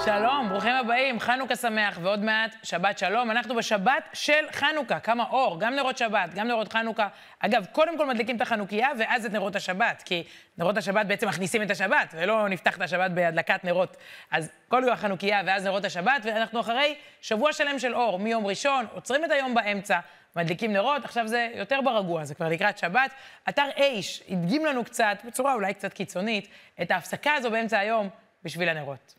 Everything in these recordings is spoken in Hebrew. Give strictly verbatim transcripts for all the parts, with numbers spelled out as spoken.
שלום, ברוכים הבאים, חנוכה שמח ועוד מעט שבת שלום. אנחנו בשבת של חנוכה, כמה אור, גם נרות שבת, גם נרות חנוכה. אגב, קודם כל מדליקים את החנוכיה ואז את נרות השבת, כי נרות השבת בעצם מכניסים את השבת, ולא נפתח את השבת בהדלקת נרות. אז קודם כל החנוכיה ואז נרות השבת, ואנחנו אחרי שבוע שלם של אור, מיום ראשון, עוצרים את היום באמצע, מדליקים נרות, עכשיו זה יותר ברגוע, זה כבר לקראת שבת. אתר אייש הדגים לנו קצת, בצורה אולי קצת קיצונית, את ההפסקה הזו באמצע היום בשביל הנרות.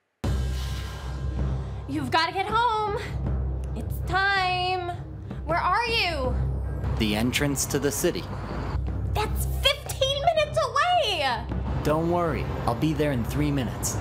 You've got to get home. It's time. Where are you? The entrance to the city. That's fifteen minutes away. Don't worry, I'll be there in three minutes.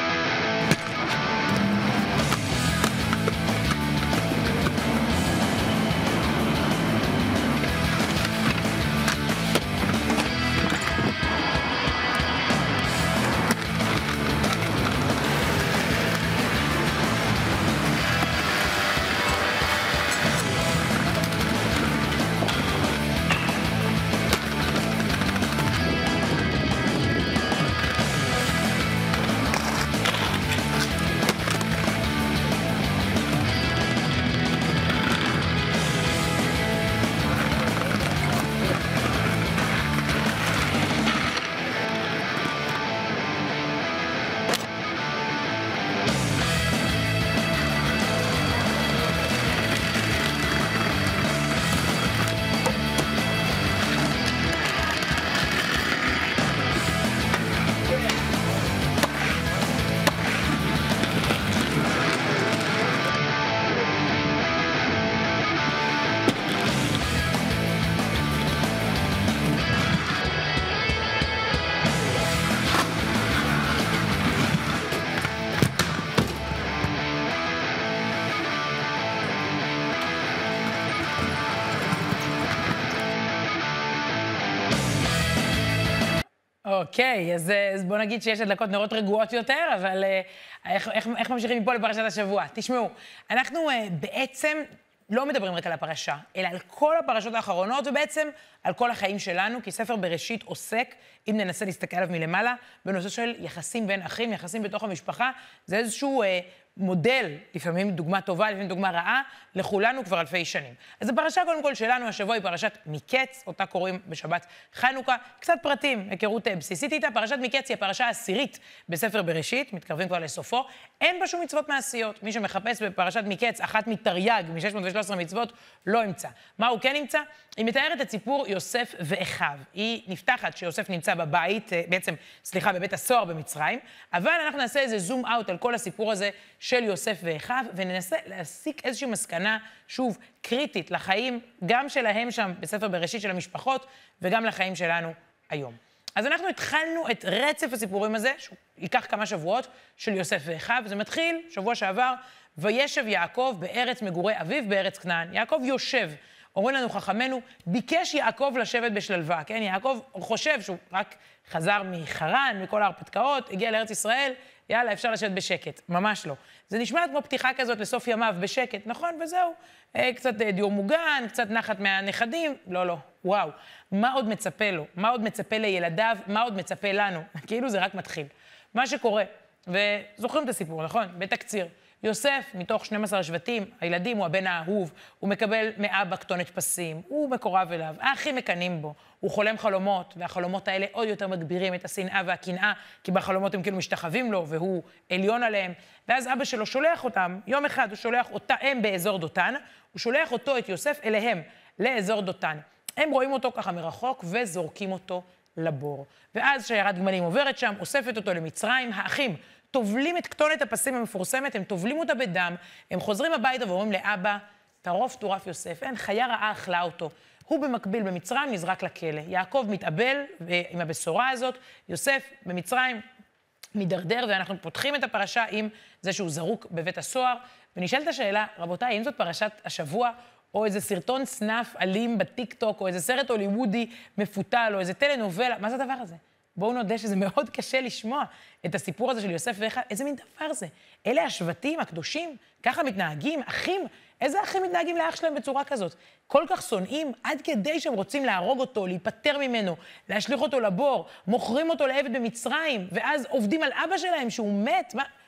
אוקיי, אז, אז בוא נגיד שיש הדלקות נרות רגועות יותר, אבל איך, איך, איך ממשיכים מפה לפרשת השבוע? תשמעו, אנחנו בעצם לא מדברים רק על הפרשה, אלא על כל הפרשות האחרונות, ובעצם על כל החיים שלנו, כי ספר בראשית עוסק, אם ננסה להסתכל עליו מלמעלה, בנושא של יחסים בין אחים, יחסים בתוך המשפחה, זה איזשהו אה, מודל, לפעמים דוגמה טובה, לפעמים דוגמה רעה, לכולנו כבר אלפי שנים. אז הפרשה קודם כל שלנו השבוע היא פרשת מקץ, אותה קוראים בשבת חנוכה, קצת פרטים, היכרות בסיסית איתה, פרשת מקץ היא הפרשה העשירית בספר בראשית, מתקרבים כבר לסופו, אין בה שום מצוות מעשיות, מי שמחפש בפרשת מקץ, אחת מתרי"ג, מ-שש מאות ושלוש עשרה מצוות, לא ימצא. מה הוא כן ימצא? היא מתארת את סיפור יוסף ואחיו. היא נפתחת שיוסף נמצא בבית, בעצם, סליחה, בבית הסוהר במצרים, אבל אנחנו נעשה איזה זום אאוט על כל הסיפור הזה של יוסף ואחיו, וננסה להסיק איזושהי מסקנה, שוב, קריטית לחיים, גם שלהם שם בספר בראשית של המשפחות, וגם לחיים שלנו היום. אז אנחנו התחלנו את רצף הסיפורים הזה, שהוא ייקח כמה שבועות, של יוסף ואחיו, וזה מתחיל, שבוע שעבר, וישב יעקב בארץ מגורי אביו בארץ כנען. יעקב יושב. אומרים לנו חכמנו, ביקש יעקב לשבת בשלווה, כן? יעקב חושב שהוא רק חזר מחרן, מכל ההרפתקאות, הגיע לארץ ישראל, יאללה, אפשר לשבת בשקט. ממש לא. זה נשמע כמו פתיחה כזאת לסוף ימיו בשקט, נכון? וזהו. אה, קצת אה, דיור מוגן, קצת נחת מהנכדים. לא, לא. וואו. מה עוד מצפה לו? מה עוד מצפה לילדיו? מה עוד מצפה לנו? כאילו זה רק מתחיל. מה שקורה, וזוכרים את הסיפור, נכון? בתקציר. יוסף, מתוך שנים עשר שבטים, הילדים הוא הבן האהוב, הוא מקבל מאבא כתונת פסים, הוא מקורב אליו, האחים מקנים בו, הוא חולם חלומות, והחלומות האלה עוד יותר מגבירים את השנאה והקנאה, כי בחלומות הם כאילו משתחווים לו, והוא עליון עליהם, ואז אבא שלו שולח אותם, יום אחד הוא שולח אותה, הם באזור דותן, הוא שולח אותו, את יוסף, אליהם, לאזור דותן. הם רואים אותו ככה מרחוק וזורקים אותו לבור. ואז שיירת גמלים עוברת שם, אוספת אותו למצרים, האחים טובלים את כתונת הפסים המפורסמת, הם טובלים אותה בדם, הם חוזרים הביתה ואומרים לאבא, טרוף טורף יוסף, אין, חיה רעה אכלה אותו. הוא במקביל במצרים נזרק לכלא. יעקב מתאבל עם הבשורה הזאת, יוסף במצרים מדרדר, ואנחנו פותחים את הפרשה עם זה שהוא זרוק בבית הסוהר, ונשאלת השאלה, רבותיי, האם זאת פרשת השבוע, או איזה סרטון סנאפ אלים בטיק-טוק, או איזה סרט הוליוודי מפותל, או איזה טלנובלה, מה זה הדבר הזה? בואו נודה שזה מאוד קשה לשמוע את הסיפור הזה של יוסף ואחיו. איזה מין דבר זה? אלה השבטים הקדושים, ככה מתנהגים, אחים, איזה אחים מתנהגים לאח שלהם בצורה כזאת? כל כך שונאים, עד כדי שהם רוצים להרוג אותו, להיפטר ממנו, להשליך אותו לבור, מוכרים אותו לעבד במצרים, ואז עובדים על אבא שלהם שהוא מת. מה,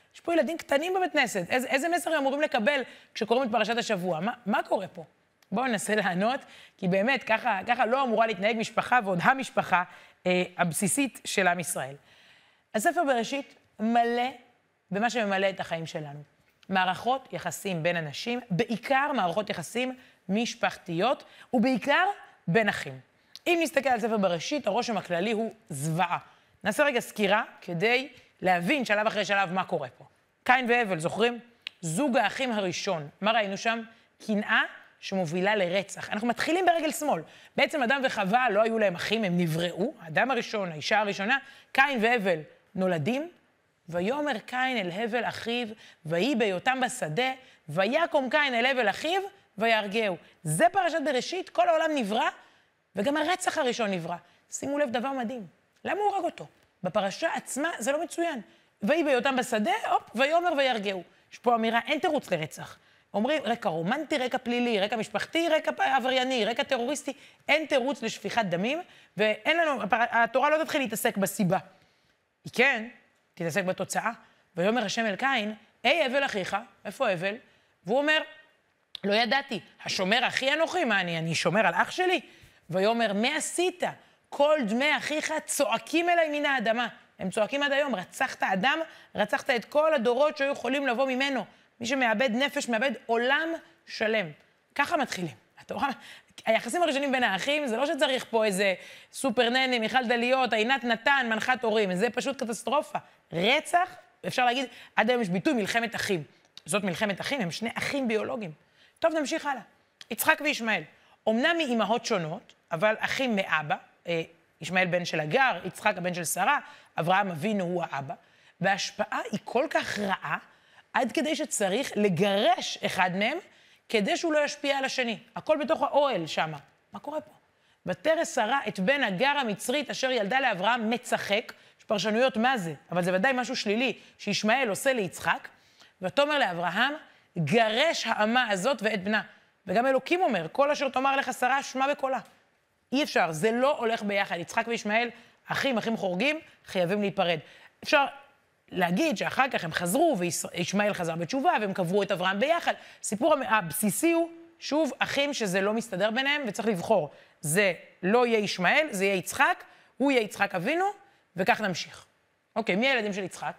יש פה ילדים קטנים בבית כנסת. איזה, איזה מסר הם אמורים לקבל כשקוראים את פרשת השבוע? מה, מה קורה פה? בואו ננסה לענות, כי באמת ככה, ככה לא אמורה להתנהג משפחה, ועוד המשפחה אה, הבסיסית של עם ישראל. הספר בראשית מלא במה שממלא את החיים שלנו. מערכות יחסים בין אנשים, בעיקר מערכות יחסים משפחתיות, ובעיקר בין אחים. אם נסתכל על ספר בראשית, הרושם הכללי הוא זוועה. נעשה רגע סקירה כדי להבין שלב אחרי שלב מה קורה פה. קין והבל, זוכרים? זוג האחים הראשון. מה ראינו שם? קנאה שמובילה לרצח. אנחנו מתחילים ברגל שמאל. בעצם אדם וחווה לא היו להם אחים, הם נבראו. האדם הראשון, האישה הראשונה, קין והבל נולדים, ויאמר קין אל הבל אחיו, ויהי בהיותם בשדה, ויקום קין אל הבל אחיו, ויהרגהו. זה פרשת בראשית, כל העולם נברא, וגם הרצח הראשון נברא. שימו לב דבר מדהים. למה הוא הרג אותו? בפרשה עצמה זה לא מצוין. ויהי בהיותם בשדה, הופ, ויאמר ויהרגהו. יש פה אמירה, אין תירוץ לרצח. אומרים, רקע רומנטי, רקע פלילי, רקע משפחתי, רקע עברייני, רקע טרוריסטי, אין תירוץ לשפיכת דמים, ואין לנו, התורה לא תתחיל להתעסק בסיבה. היא כן, תתעסק בתוצאה. ויאמר השם אל קין, היי הבל אחיך, איפה הבל? והוא אומר, לא ידעתי, השומר אחי אנוכי, מה אני, אני שומר על אח שלי? ויאמר, מה עשית? כל דמי אחיך צועקים אליי מן האדמה. הם צועקים עד היום, רצחת אדם, רצחת את כל הדורות שהיו יכולים לבוא ממנו. מי שמאבד נפש, מאבד עולם שלם. ככה מתחילים. התורה, היחסים הראשונים בין האחים, זה לא שצריך פה איזה סופר נני, מיכל דליות, עינת נתן, מנחת הורים. זה פשוט קטסטרופה. רצח, אפשר להגיד, עד היום יש ביטוי מלחמת אחים. זאת מלחמת אחים, הם שני אחים ביולוגיים. טוב, נמשיך הלאה. יצחק וישמעאל. אמנם מאימהות שונות, אבל אחים מאבא, ישמעאל בן של הגר, יצחק הבן של שרה, אברהם אבינו הוא האבא, וההשפעה היא כל כך רעה, עד כדי שצריך לגרש אחד מהם, כדי שהוא לא ישפיע על השני. הכל בתוך האוהל שם. מה קורה פה? ותרא שרה את בן הגר המצרית, אשר ילדה לאברהם מצחק, יש פרשנויות מה זה, אבל זה ודאי משהו שלילי, שישמעאל עושה ליצחק, ותאמר לאברהם, גרש האמה הזאת ואת בנה. וגם אלוקים אומר, כל אשר תאמר לך שרה, שמע בקולה. אי אפשר, זה לא הולך ביחד. יצחק וישמעאל, אחים, אחים חורגים, חייבים להיפרד. אפשר להגיד שאחר כך הם חזרו, וישמעאל חזר בתשובה, והם קברו את אברהם ביחד. סיפור הבסיסי הוא, שוב, אחים שזה לא מסתדר ביניהם, וצריך לבחור. זה לא יהיה ישמעאל, זה יהיה יצחק, הוא יהיה יצחק אבינו, וכך נמשיך. אוקיי, מי הילדים של יצחק?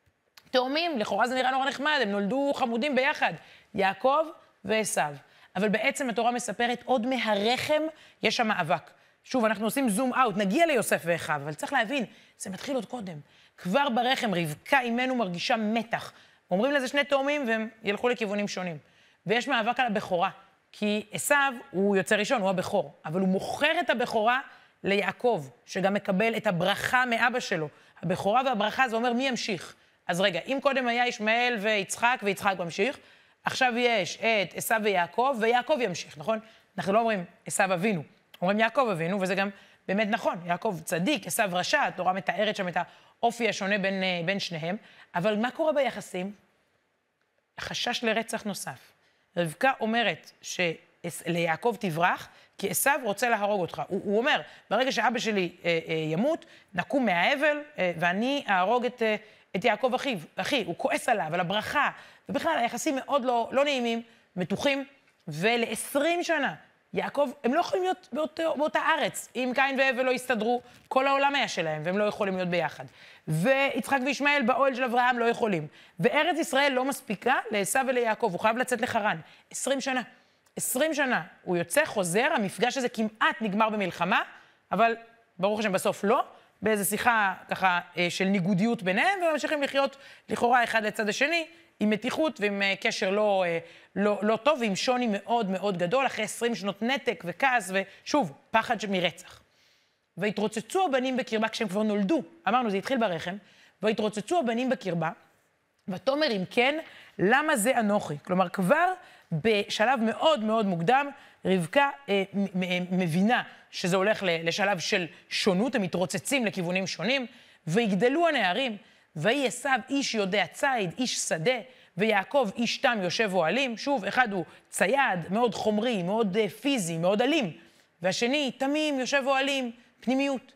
תאומים, לכאורה זה נראה נורא נחמד, הם נולדו חמודים ביחד, יעקב ועשיו. אבל בעצם התורה מספרת עוד מהרחם יש שם מאבק. שוב, אנחנו עושים זום אאוט, נגיע ליוסף ואחיו, אבל צריך להבין, זה מתחיל עוד קודם. כבר ברחם רבקה אימנו מרגישה מתח. אומרים לזה שני תאומים והם ילכו לכיוונים שונים. ויש מאבק על הבכורה, כי עשיו הוא יוצא ראשון, הוא הבכור, אבל הוא מוכר את הבכורה ליעקב, שגם מקבל את הברכה מאבא שלו. הבכורה והברכה זה אומר מי ימשיך. אז רגע, אם קודם היה ישמעאל ויצחק, ויצחק ממשיך, עכשיו יש את עשיו ויעקב, ויעקב ימשיך, נכון? אנחנו לא אומרים עשיו אבינו, אומרים יעקב אבינו, וזה גם באמת נכון. יעקב צדיק, עשיו רשע, התורה מתארת שם את האופי השונה בין, בין שניהם. אבל מה קורה ביחסים? חשש לרצח נוסף. רבקה אומרת שליעקב תברח, כי עשיו רוצה להרוג אותך. הוא, הוא אומר, ברגע שאבא שלי אה, אה, ימות, נקום מהאבל, אה, ואני אהרוג את, אה, את יעקב אחיו, אחי. הוא כועס עליו, על הברכה. ובכלל, היחסים מאוד לא, לא נעימים, מתוחים, ול-עשרים שנה. יעקב, הם לא יכולים להיות באותו, באותה ארץ. אם קין והבל לא יסתדרו, כל העולם היה שלהם, והם לא יכולים להיות ביחד. ויצחק וישמעאל באוהל של אברהם לא יכולים. וארץ ישראל לא מספיקה לעשיו וליעקב, הוא חייב לצאת לחרן. עשרים שנה. עשרים שנה. הוא יוצא, חוזר, המפגש הזה כמעט נגמר במלחמה, אבל ברוך השם בסוף לא, באיזו שיחה ככה של ניגודיות ביניהם, וממשיכים לחיות לכאורה אחד לצד השני, עם מתיחות ועם קשר לא, לא, לא טוב, ועם שוני מאוד מאוד גדול, אחרי עשרים שנות נתק וכעס, ושוב, פחד מרצח. והתרוצצו הבנים בקרבה כשהם כבר נולדו, אמרנו, זה התחיל ברחם, והתרוצצו הבנים בקרבה, ותאמר אם כן, למה זה אנוכי? כלומר, כבר בשלב מאוד מאוד מוקדם, רבקה אה, מבינה שזה הולך לשלב של שונות, הם מתרוצצים לכיוונים שונים, ויגדלו הנערים, ויהי עשיו איש יודע ציד, איש שדה, ויעקב איש תם יושב אוהלים. שוב, אחד הוא צייד, מאוד חומרי, מאוד פיזי, מאוד אלים, והשני תמים, יושב אוהלים, פנימיות.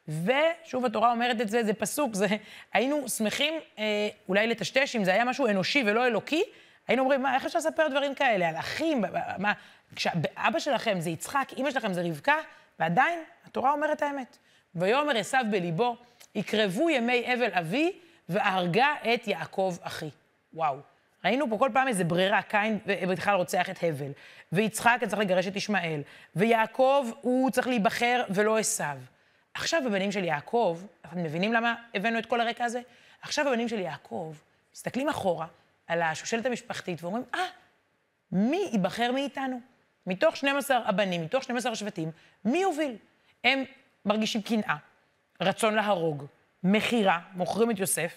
ושוב, התורה אומרת את זה, זה פסוק, זה, היינו שמחים אה, אולי לטשטש, אם זה היה משהו אנושי ולא אלוקי, היינו אומרים, מה, איך אפשר לספר דברים כאלה? על אחים, מה, כשאבא שלכם זה יצחק, אמא שלכם זה רבקה, ועדיין התורה אומרת האמת. ויאמר עשיו בליבו, יקרבו ימי אבל אבי, והרגה את יעקב אחי. וואו. ראינו פה כל פעם איזה ברירה, קין בכלל רוצח את הבל, ויצחק צריך לגרש את ישמעאל, ויעקב הוא צריך להיבחר ולא עשיו. עכשיו הבנים של יעקב, אתם מבינים למה הבאנו את כל הרקע הזה? עכשיו הבנים של יעקב מסתכלים אחורה על השושלת המשפחתית ואומרים, אה, מי ייבחר מאיתנו? מתוך שנים עשר הבנים, מתוך שנים עשר השבטים, מי יוביל? הם מרגישים קנאה, רצון להרוג, מחירה, מוכרים את יוסף,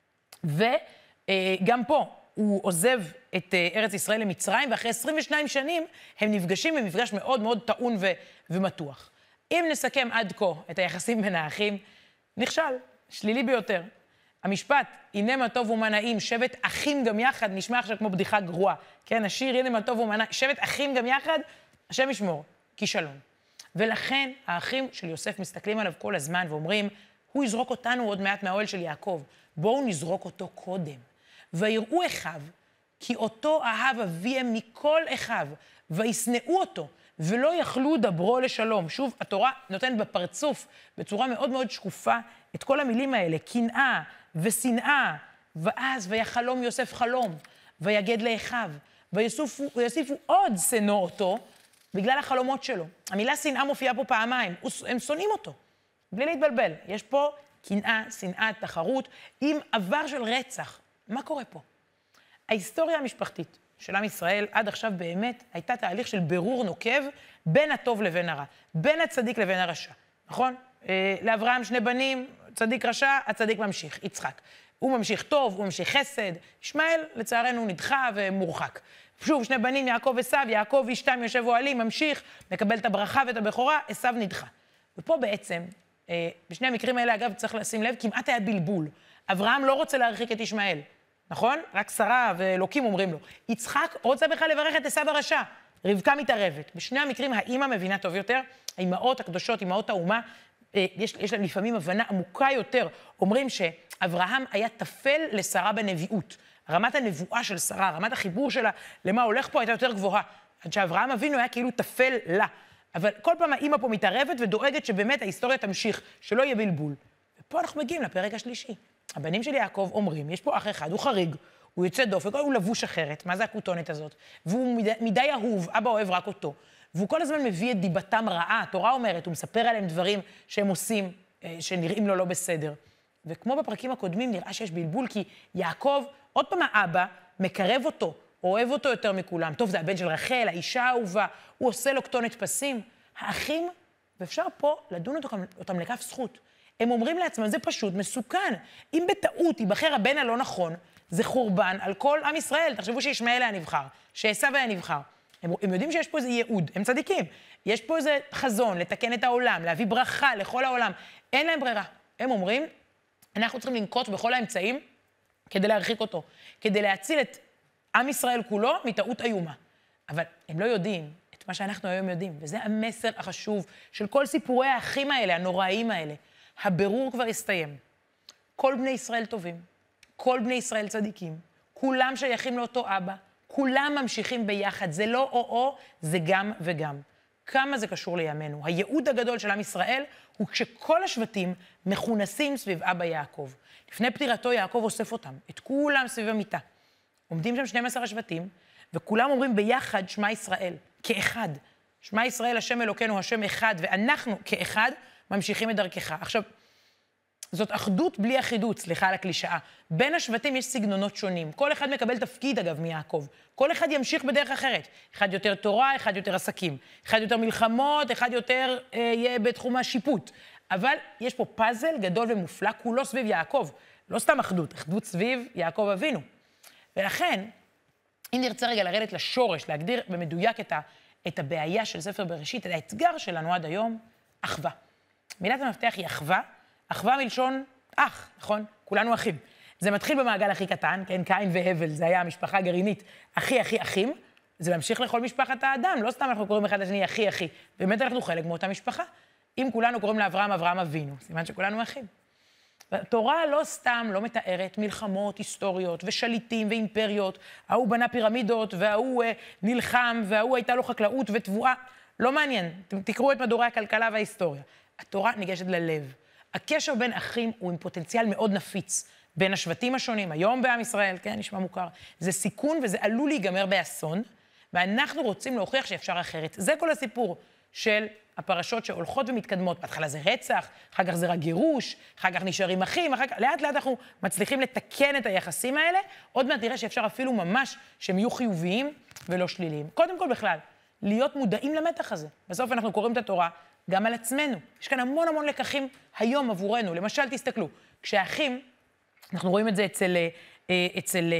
וגם פה הוא עוזב את ארץ ישראל למצרים, ואחרי עשרים ושתיים שנים הם נפגשים במפגש מאוד מאוד טעון ו- ומתוח. אם נסכם עד כה את היחסים בין האחים, נכשל, שלילי ביותר. המשפט, הנה מה טוב ומה נעים, שבט אחים גם יחד, נשמע עכשיו כמו בדיחה גרועה. כן, השיר, הנה מה טוב ומה נעים, שבט אחים גם יחד, השם ישמור, כישלון. ולכן האחים של יוסף מסתכלים עליו כל הזמן ואומרים, הוא יזרוק אותנו עוד מעט מהאוהל של יעקב, בואו נזרוק אותו קודם. ויראו אחיו, כי אותו אהב אביהם מכל אחיו, וישנאו אותו, ולא יכלו דברו לשלום. שוב, התורה נותנת בפרצוף, בצורה מאוד מאוד שקופה, את כל המילים האלה, קנאה ושנאה, ואז ויחלום יוסף חלום, ויגד לאחיו, ויוסיפו, ויוסיפו עוד שנאו אותו, בגלל החלומות שלו. המילה שנאה מופיעה פה פעמיים, הם שונאים אותו, בלי להתבלבל. יש פה קנאה, שנאה, תחרות, עם עבר של רצח. מה קורה פה? ההיסטוריה המשפחתית של עם ישראל עד עכשיו באמת הייתה תהליך של ברור נוקב בין הטוב לבין הרע, בין הצדיק לבין הרשע, נכון? אה, לאברהם שני בנים, צדיק רשע, הצדיק ממשיך, יצחק. הוא ממשיך טוב, הוא ממשיך חסד, ישמעאל לצערנו נדחה ומורחק. שוב, שני בנים, יעקב ועשיו, יעקב איש תם יושב אוהלים, ממשיך, מקבל את הברכה ואת הבכורה, עשיו נדחה. ופה בעצם, אה, בשני המקרים האלה, אגב, צריך לשים לב, כמעט היה בלבול. אברהם לא רוצה להרחיק את ישמעאל, נכון? רק שרה ואלוקים אומרים לו. יצחק רוצה בכלל לברך את עשיו הרשע. רבקה מתערבת. בשני המקרים האמא מבינה טוב יותר, האמהות הקדושות, אמהות האומה, יש, יש להם לפעמים הבנה עמוקה יותר. אומרים שאברהם היה תפל לשרה בנביאות. רמת הנבואה של שרה, רמת החיבור שלה למה הולך פה הייתה יותר גבוהה. עד שאברהם אבינו היה כאילו תפל לה. אבל כל פעם האמא פה מתערבת ודואגת שבאמת ההיסטוריה תמשיך, שלא יהיה בלבול. ופה אנחנו מגיעים לפרק השלישי. הבנים של יעקב אומרים, יש פה אח אחד, הוא חריג, הוא יוצא דופק, הוא לבוש אחרת, מה זה הכותונת הזאת? והוא מדי, מדי אהוב, אבא אוהב רק אותו. והוא כל הזמן מביא את דיבתם רעה, התורה אומרת, הוא מספר עליהם דברים שהם עושים, שנראים לו לא בסדר. וכמו בפרקים הקודמים, נראה שיש בלבול, כי יעקב, עוד פעם האבא, מקרב אותו, אוהב אותו יותר מכולם. טוב, זה הבן של רחל, האישה האהובה, הוא עושה לו כתונת פסים. האחים, ואפשר פה לדון אותם, אותם לכף זכות. הם אומרים לעצמם, זה פשוט מסוכן. אם בטעות ייבחר הבן הלא נכון, זה חורבן על כל עם ישראל. תחשבו שישמעאל היה נבחר, שעשיו היה נבחר. הם, הם יודעים שיש פה איזה ייעוד, הם צדיקים. יש פה איזה חזון, לתקן את העולם, להביא ברכה לכל העולם. אין להם ברירה. הם אומרים, אנחנו צריכים לנקוט בכל האמצעים כדי להרחיק אותו, כדי להציל את עם ישראל כולו מטעות איומה. אבל הם לא יודעים את מה שאנחנו היום יודעים, וזה המסר החשוב של כל סיפורי האחים האלה, הנוראיים האלה. הבירור כבר הסתיים. כל בני ישראל טובים, כל בני ישראל צדיקים, כולם שייכים לאותו אבא, כולם ממשיכים ביחד, זה לא או-או, זה גם וגם. כמה זה קשור לימינו. הייעוד הגדול של עם ישראל הוא כשכל השבטים מכונסים סביב אבא יעקב. לפני פטירתו יעקב אוסף אותם, את כולם סביב המיטה. עומדים שם שנים עשר השבטים, וכולם אומרים ביחד שמע ישראל, כאחד. שמע ישראל, השם אלוקינו, השם אחד, ואנחנו כאחד ממשיכים את דרכך. עכשיו, זאת אחדות בלי אחידות, סליחה על הקלישאה. בין השבטים יש סגנונות שונים. כל אחד מקבל תפקיד, אגב, מיעקב. כל אחד ימשיך בדרך אחרת. אחד יותר תורה, אחד יותר עסקים. אחד יותר מלחמות, אחד יותר אה, יהיה בתחום השיפוט. אבל יש פה פאזל גדול ומופלא, כולו סביב יעקב. לא סתם אחדות, אחדות סביב יעקב אבינו. ולכן, אם נרצה רגע לרדת לשורש, להגדיר במדויק את, ה, את הבעיה של ספר בראשית, את האתגר שלנו עד היום, אחווה. מילת המפתח היא אחווה, אחווה מלשון אח, נכון? כולנו אחים. זה מתחיל במעגל הכי קטן, כן, קין והבל, זה היה המשפחה הגרעינית, אחי, אחי, אחים, זה ממשיך לכל משפחת האדם, לא סתם אנחנו קוראים אחד לשני אחי, אחי, באמת אנחנו חלק מאותה משפחה. אם כולנו קוראים לאברהם אברהם אבינו, סימן שכולנו אחים. התורה לא סתם לא מתארת מלחמות היסטוריות ושליטים ואימפריות, ההוא בנה פירמידות וההוא אה, נלחם וההוא הייתה לו חקלאות ותבואה. לא מעניין, תקראו את מדורי הכלכלה וההיסטוריה. התורה ניגשת ללב. הקשר בין אחים הוא עם פוטנציאל מאוד נפיץ, בין השבטים השונים, היום בעם ישראל, כן, נשמע מוכר. זה סיכון וזה עלול להיגמר באסון, ואנחנו רוצים להוכיח שאפשר אחרת. זה כל הסיפור של הפרשות שהולכות ומתקדמות. בהתחלה זה רצח, אחר כך זה רק גירוש, אחר כך נשארים אחים, אחר כך, לאט לאט אנחנו מצליחים לתקן את היחסים האלה, עוד מעט נראה שאפשר אפילו ממש שהם יהיו חיוביים ולא שליליים. קודם כל בכלל, להיות מודעים למתח הזה. בסוף אנחנו קוראים את התורה גם על עצמנו. יש כאן המון המון לקחים היום עבורנו. למשל, תסתכלו, כשהאחים, אנחנו רואים את זה אצל, אצל,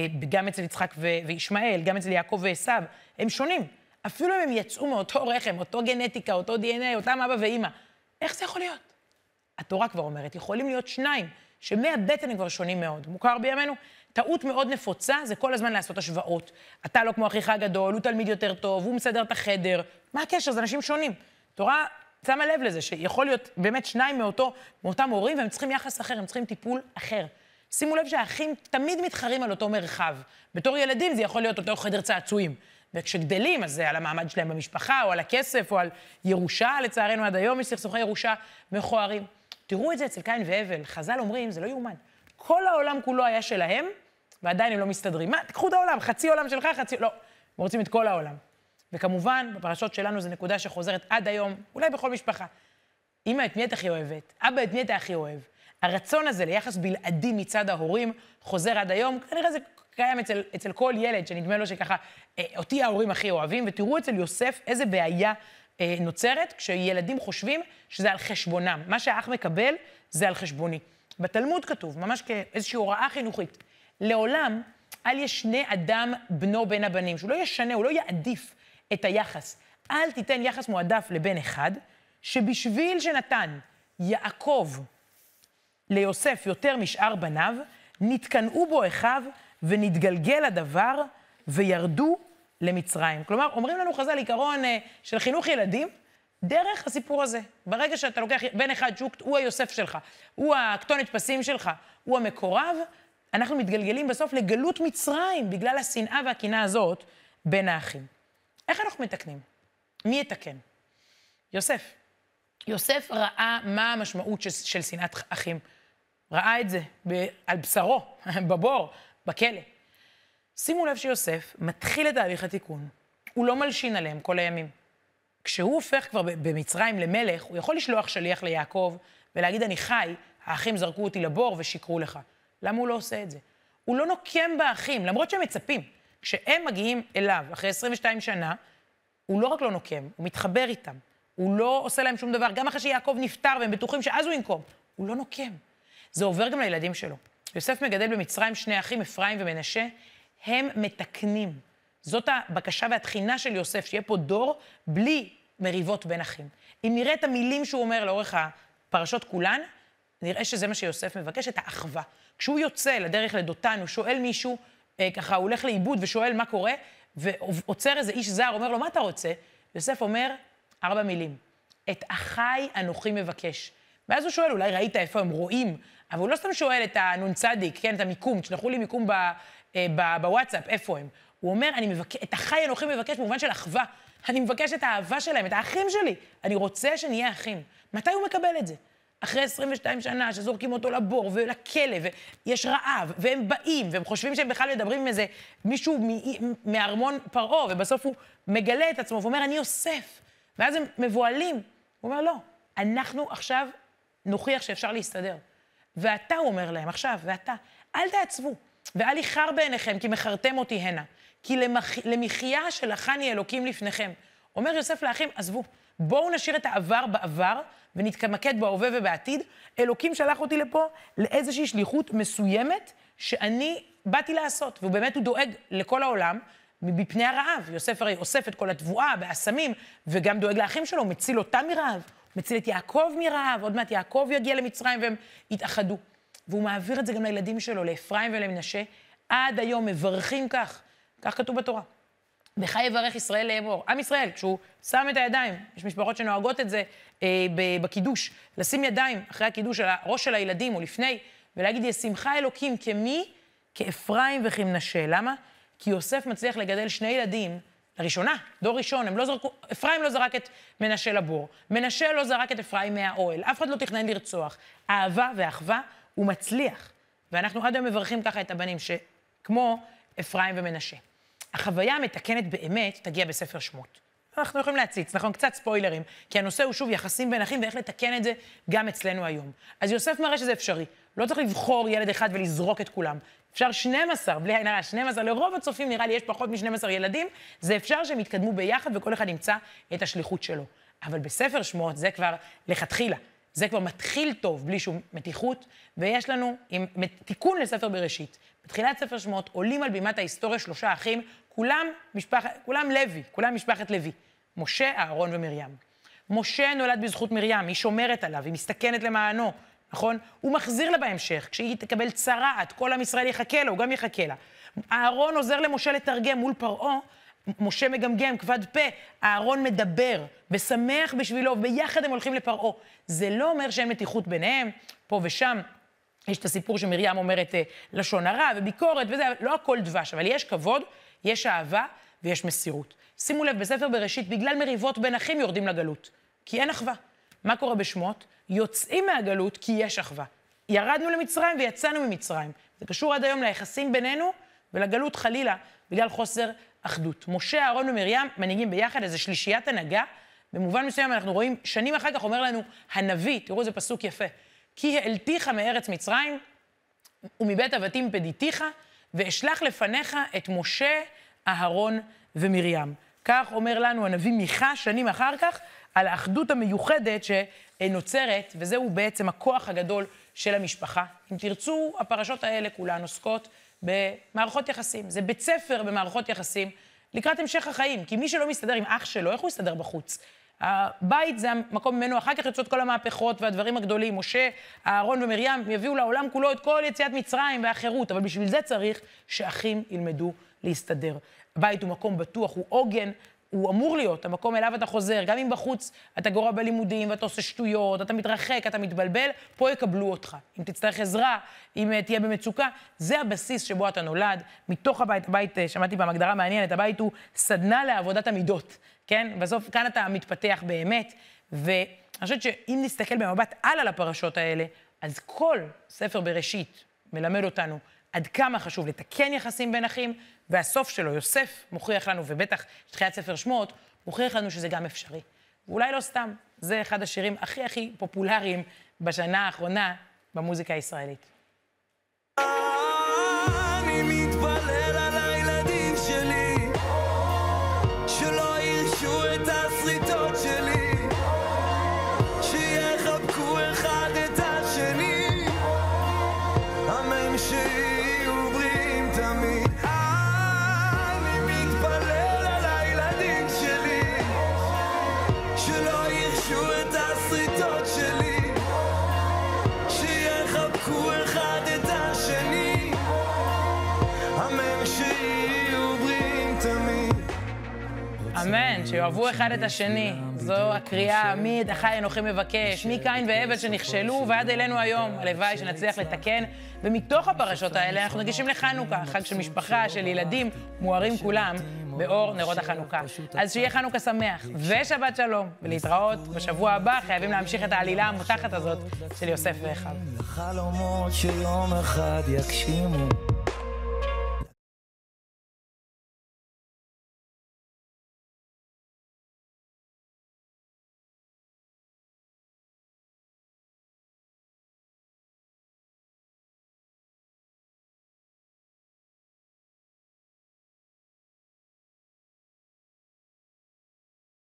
גם אצל יצחק וישמעאל, גם אצל יעקב ועשיו, הם שונים. אפילו אם הם יצאו מאותו רחם, אותו גנטיקה, אותו די אן איי, אותם אבא ואמא. איך זה יכול להיות? התורה כבר אומרת, יכולים להיות שניים, שמהבטן הם כבר שונים מאוד. מוכר בימינו? טעות מאוד נפוצה זה כל הזמן לעשות השוואות. אתה לא כמו אחיך הגדול, הוא תלמיד יותר טוב, הוא מסדר את החדר. מה הקשר? זה אנשים שונים. תורה שמה לב לזה, שיכול להיות באמת שניים מאותו, מאותם הורים, והם צריכים יחס אחר, הם צריכים טיפול אחר. שימו לב שהאחים תמיד מתחרים על אותו מרחב. בתור ילדים זה יכול להיות אותו חדר צעצועים. וכשגדלים, אז זה על המעמד שלהם במשפחה, או על הכסף, או על ירושה, לצערנו עד היום יש סכסוכי ירושה מכוערים. תראו את זה אצל קין והבל. חז"ל אומרים, זה לא יאומן. כל העולם כולו היה שלהם, ועדיין הם לא מסתדרים. מה? תקחו את העולם, חצי עולם שלך, חצי... לא, הם רוצים את כל העולם. וכמובן, בפרשות שלנו זו נקודה שחוזרת עד היום, אולי בכל משפחה. אמא את מי את הכי אוהבת? אבא את מי אתה הכי אוהב? הרצון הזה ליחס בלעדי מצד ההורים חוזר עד היום, כנראה זה קיים אצל, אצל כל ילד שנדמה לו שככה, אה, אותי ההורים הכי אוהבים, ותראו אצל יוסף איזה בעיה אה, נוצרת, כשילדים חושבים שזה על חשבונם. מה שהאח מקבל זה על חשבוני. בתלמוד כתוב, ממש כאיזושהי הוראה חינוכית, לעולם אל ישנה אדם בנו בין הבנים, שהוא לא ישנה, הוא לא יעדיף את היחס. אל תיתן יחס מועדף לבן אחד, שבשביל שנתן יעקב ליוסף יותר משאר בניו, נתקנאו בו אחיו ונתגלגל הדבר וירדו למצרים. כלומר, אומרים לנו חז"ל עיקרון של חינוך ילדים, דרך הסיפור הזה. ברגע שאתה לוקח בן אחד שהוא הוא היוסף שלך, הוא הכתונת פסים שלך, הוא המקורב, אנחנו מתגלגלים בסוף לגלות מצרים, בגלל השנאה והקנאה הזאת בין האחים. איך אנחנו מתקנים? מי יתקן? יוסף. יוסף ראה מה המשמעות של, של שנאת אחים. ראה את זה ב, על בשרו, בבור, בכלא. שימו לב שיוסף מתחיל את תהליך התיקון. הוא לא מלשין עליהם כל הימים. כשהוא הופך כבר במצרים למלך, הוא יכול לשלוח שליח ליעקב ולהגיד, אני חי, האחים זרקו אותי לבור ושיקרו לך. למה הוא לא עושה את זה? הוא לא נוקם באחים, למרות שהם מצפים. כשהם מגיעים אליו אחרי עשרים ושתיים שנה, הוא לא רק לא נוקם, הוא מתחבר איתם. הוא לא עושה להם שום דבר, גם אחרי שיעקב נפטר והם בטוחים שאז הוא ינקום. הוא לא נוקם. זה עובר גם לילדים שלו. יוסף מגדל במצרים שני אחים, אפרים ומנשה, הם מתקנים. זאת הבקשה והתחינה של יוסף, שיהיה פה דור בלי מריבות בין אחים. אם נראה את המילים שהוא אומר לאורך הפרשות כולן, נראה שזה מה שיוסף מבקש, את האחווה. כשהוא יוצא לדרך לדותן, הוא שואל מישהו, אה, ככה הוא הולך לאיבוד ושואל מה קורה, ועוצר איזה איש זר, אומר לו, מה אתה רוצה? יוסף אומר, ארבע מילים, את אחי אנוכי מבקש. ואז הוא שואל, אולי ראית איפה הם רואים, אבל הוא לא סתם שואל את הנון צדיק, כן, את המיקום, תשלחו לי מיקום ב, אה, ב, בוואטסאפ, איפה הם. הוא אומר, אני מבקש, את אחי אנוכי מבקש במובן של אחווה. אני מבקש את האהבה שלהם, את האחים שלי. אני רוצה שנהיה אחים. מתי הוא מקבל את זה? אחרי עשרים ושתיים שנה שזורקים אותו לבור ולכלא, ויש רעב, והם באים, והם חושבים שהם בכלל מדברים עם איזה מישהו מארמון פרעה, ובסוף הוא מגלה את עצמו, ואומר, אני יוסף. ואז הם מבועלים. הוא אומר, לא, אנחנו עכשיו נוכיח שאפשר להסתדר. ואתה, הוא אומר להם, עכשיו, ואתה, אל תעצבו, ואל יחר בעיניכם, כי מחרתם אותי הנה. כי למח... למחיה שלחני אלוקים לפניכם. אומר יוסף לאחים, עזבו, בואו נשאיר את העבר בעבר, ונתמקד בהווה ובעתיד. אלוקים שלח אותי לפה לאיזושהי שליחות מסוימת, שאני באתי לעשות. והוא באמת הוא דואג לכל העולם, מפני הרעב. יוסף הרי אוסף את כל התבואה באסמים, וגם דואג לאחים שלו, הוא מציל אותם מרעב, הוא מציל את יעקב מרעב, עוד מעט יעקב יגיע למצרים והם יתאחדו. והוא מעביר את זה גם לילדים שלו, לאפרים ולמנשה, עד היום מברכים כך, כך כתוב בתורה. בך יברך ישראל לאמור. עם ישראל, כשהוא שם את הידיים, יש משפחות שנוהגות את זה אה, בקידוש, לשים ידיים אחרי הקידוש על הראש של הילדים או לפני, ולהגיד, ישמחה אלוקים כמי? כאפרים וכמנשה. למה? כי יוסף מצליח לגדל שני ילדים, לראשונה, דור ראשון, הם לא זרקו, אפרים לא זרק את מנשה לבור, מנשה לא זרק את אפרים מהאוהל, אף אחד לא תכנן לרצוח. אהבה ואחווה, הוא מצליח. ואנחנו עד היום מברכים ככה את הבנים, שכמו אפרים ומנשה. החוויה המתקנת באמת תגיע בספר שמות. אנחנו יכולים להציץ, נכון? קצת ספוילרים, כי הנושא הוא שוב יחסים בין אחים, ואיך לתקן את זה גם אצלנו היום. אז יוסף מראה שזה אפשרי. לא צריך לבחור ילד אחד ולזרוק את כולם. אפשר שנים עשר, בלי עין הרע, שנים עשר, לרוב הצופים נראה לי יש פחות מ-שנים עשר ילדים, זה אפשר שהם יתקדמו ביחד וכל אחד ימצא את השליחות שלו. אבל בספר שמות זה כבר לכתחילה. זה כבר מתחיל טוב, בלי שום מתיחות, ויש לנו עם תיקון לספר בראשית. בתחילת ספר שמות עולים על בימת ההיסטוריה שלושה אחים, כולם, משפח, כולם לוי, כולם משפחת לוי. משה, אהרון ומרים. משה נולד בזכות מרים, היא שומרת עליו, היא מסתכנת למענו, נכון? הוא מחזיר לה בהמשך, כשהיא תקבל צרעת, כל עם ישראל יחכה לה, הוא גם יחכה לה. אהרון עוזר למשה לתרגם מול פרעה, משה מגמגם, כבד פה, אהרון מדבר ושמח בשבילו, וביחד הם הולכים לפרעה. זה לא אומר שאין מתיחות ביניהם, פה ושם. יש את הסיפור שמרים אומרת לשון הרע וביקורת וזה, לא הכל דבש, אבל יש כבוד, יש אהבה ויש מסירות. שימו לב, בספר בראשית, בגלל מריבות בין אחים יורדים לגלות, כי אין אחווה. מה קורה בשמות? יוצאים מהגלות כי יש אחווה. ירדנו למצרים ויצאנו ממצרים. זה קשור עד היום ליחסים בינינו ולגלות חלילה, בגלל חוסר אחדות. משה, אהרון ומרים מנהיגים ביחד איזו שלישיית הנהגה. במובן מסוים אנחנו רואים, שנים אחר כך אומר לנו הנביא, תראו איזה פסוק יפה, כי העלתיך מארץ מצרים ומבית אבתים פדיתיך, ואשלח לפניך את משה, אהרון ומרים. כך אומר לנו הנביא מיכה שנים אחר כך, על האחדות המיוחדת שנוצרת, וזהו בעצם הכוח הגדול של המשפחה. אם תרצו, הפרשות האלה כולן עוסקות במערכות יחסים. זה בית ספר במערכות יחסים לקראת המשך החיים, כי מי שלא מסתדר עם אח שלו, איך הוא יסתדר בחוץ? הבית זה המקום ממנו, אחר כך יוצאות כל המהפכות והדברים הגדולים. משה, אהרון ומרים יביאו לעולם כולו את כל יציאת מצרים והחירות, אבל בשביל זה צריך שאחים ילמדו להסתדר. הבית הוא מקום בטוח, הוא עוגן, הוא אמור להיות המקום אליו אתה חוזר, גם אם בחוץ אתה גורע בלימודים ואתה עושה שטויות, אתה מתרחק, אתה מתבלבל, פה יקבלו אותך. אם תצטרך עזרה, אם תהיה במצוקה, זה הבסיס שבו אתה נולד. מתוך הבית, הבית, שמעתי בהגדרה מעניינת, הבית הוא סדנה לעבודת המידות, כן? בסוף כאן אתה מתפתח באמת, ואני חושבת שאם נסתכל במבט על על הפרשות האלה, אז כל ספר בראשית מלמד אותנו עד כמה חשוב לתקן יחסים בין אחים, והסוף שלו, יוסף, מוכיח לנו, ובטח תחילת ספר שמות, מוכיח לנו שזה גם אפשרי. ואולי לא סתם, זה אחד השירים הכי הכי פופולריים בשנה האחרונה במוזיקה הישראלית. אני מתפלל על הילדים שלי, שלא ירשו את הסריטות שלי, שיחבקו אחד את השני, אמן שיהיו בריאים תמיד. אני מתפלל על הילדים שלי, שלא ירשו את הסריטות שלי, שיחבקו אחד את השני, אמן שיהיו בריאים תמיד. אמן, שיאהבו אחד את השני. זו הקריאה, מי את אחי אנוכי מבקש, מי קין והבל שנכשלו ועד אלינו היום. הלוואי שנצליח לתקן. ומתוך הפרשות האלה אנחנו נגישים לחנוכה, חג של משפחה, של ילדים, מוארים כולם באור נרות החנוכה. אז שיהיה חנוכה שמח ושבת שלום, ולהתראות בשבוע הבא. חייבים להמשיך את העלילה המותחת הזאת של יוסף ואחיו. לחלומות שיום אחד יגשימו.